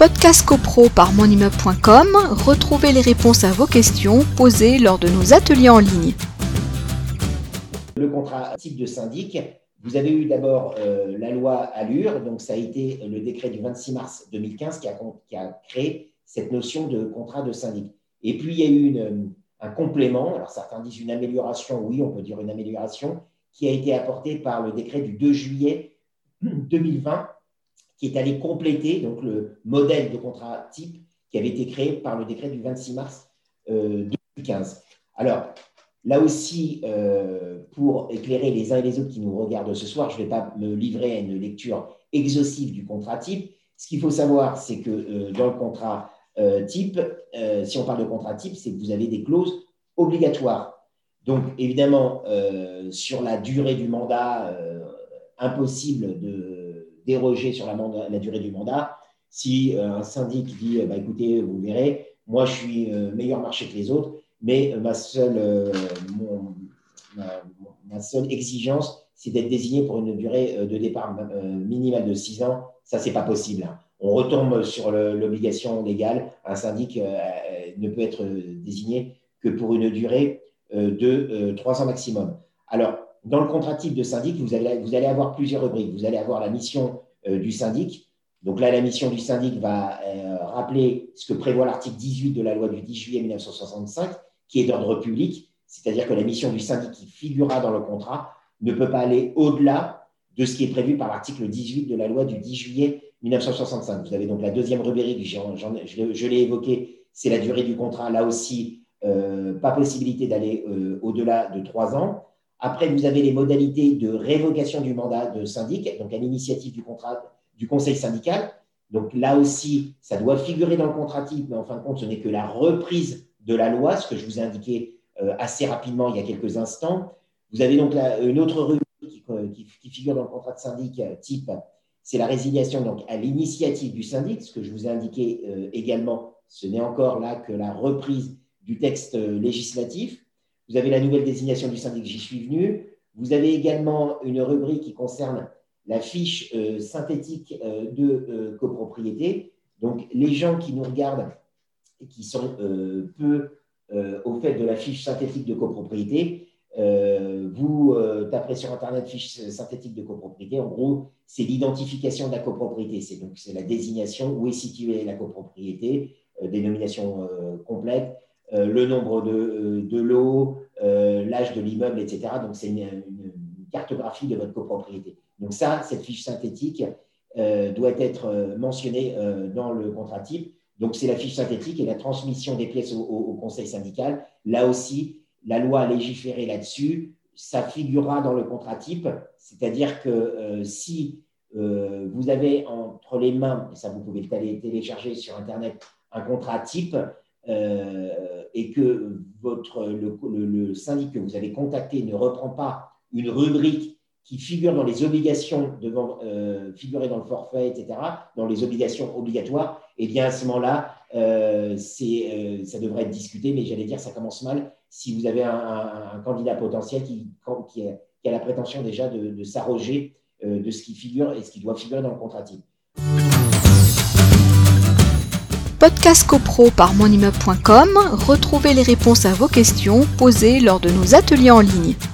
Podcast CoPro par monimmeuble.com, retrouvez les réponses à vos questions posées lors de nos ateliers en ligne. Le contrat type de syndic, vous avez eu d'abord la loi Allure, donc ça a été le décret du 26 mars 2015 qui a créé cette notion de contrat de syndic. Et puis il y a eu un complément, alors certains disent une amélioration, oui, on peut dire une amélioration, qui a été apportée par le décret du 2 juillet 2020, qui est allé compléter donc, le modèle de contrat type qui avait été créé par le décret du 26 mars 2015. Alors, là aussi, pour éclairer les uns et les autres qui nous regardent ce soir, je ne vais pas me livrer à une lecture exhaustive du contrat type. Ce qu'il faut savoir, c'est que dans le contrat type, si on parle de contrat type, c'est que vous avez des clauses obligatoires. Donc, évidemment, sur la durée du mandat, impossible de déroger sur la durée du mandat. Si un syndic dit écoutez, vous verrez, moi je suis meilleur marché que les autres, mais ma seule exigence, c'est d'être désigné pour une durée de départ minimale de 6 ans. Ça, c'est pas possible. On retombe sur l'obligation légale. Un syndic ne peut être désigné que pour une durée de 3 ans maximum. Alors, dans le contrat type de syndic, vous allez avoir plusieurs rubriques. Vous allez avoir la mission du syndic. Donc là, la mission du syndic va rappeler ce que prévoit l'article 18 de la loi du 10 juillet 1965, qui est d'ordre public, c'est-à-dire que la mission du syndic qui figurera dans le contrat ne peut pas aller au-delà de ce qui est prévu par l'article 18 de la loi du 10 juillet 1965. Vous avez donc la deuxième rubrique, je l'ai évoqué, c'est la durée du contrat. Là aussi, pas possibilité d'aller au-delà de 3 ans. Après, vous avez les modalités de révocation du mandat de syndic, donc à l'initiative du conseil syndical. Donc là aussi, ça doit figurer dans le contrat type, mais en fin de compte, ce n'est que la reprise de la loi, ce que je vous ai indiqué assez rapidement il y a quelques instants. Vous avez donc une autre rubrique qui figure dans le contrat de syndic type, c'est la résiliation donc à l'initiative du syndic, ce que je vous ai indiqué également. Ce n'est encore là que la reprise du texte législatif. Vous avez la nouvelle désignation du syndic, j'y suis venu. Vous avez également une rubrique qui concerne la fiche synthétique de copropriété. Donc, les gens qui nous regardent et qui sont peu au fait de la fiche synthétique de copropriété, vous taperez sur Internet fiche synthétique de copropriété. En gros, c'est l'identification de la copropriété. C'est la désignation, où est située la copropriété, dénomination complète, le nombre de lots, l'âge de l'immeuble, etc. Donc, c'est une cartographie de votre copropriété. Donc ça, cette fiche synthétique doit être mentionnée dans le contrat type. Donc, c'est la fiche synthétique et la transmission des pièces au conseil syndical. Là aussi, la loi a légiféré là-dessus. Ça figurera dans le contrat type. C'est-à-dire que si vous avez entre les mains, et ça vous pouvez le télécharger sur Internet, un contrat type, et que le syndic que vous avez contacté ne reprend pas une rubrique qui figure dans les obligations devant figurer dans le forfait, etc., dans les obligations obligatoires, et bien à ce moment-là, ça devrait être discuté, mais j'allais dire ça commence mal si vous avez un candidat potentiel qui a la prétention déjà de s'arroger de ce qui figure et ce qui doit figurer dans le contrat type. Podcast CoPro par monimmeuble.com, retrouvez les réponses à vos questions posées lors de nos ateliers en ligne.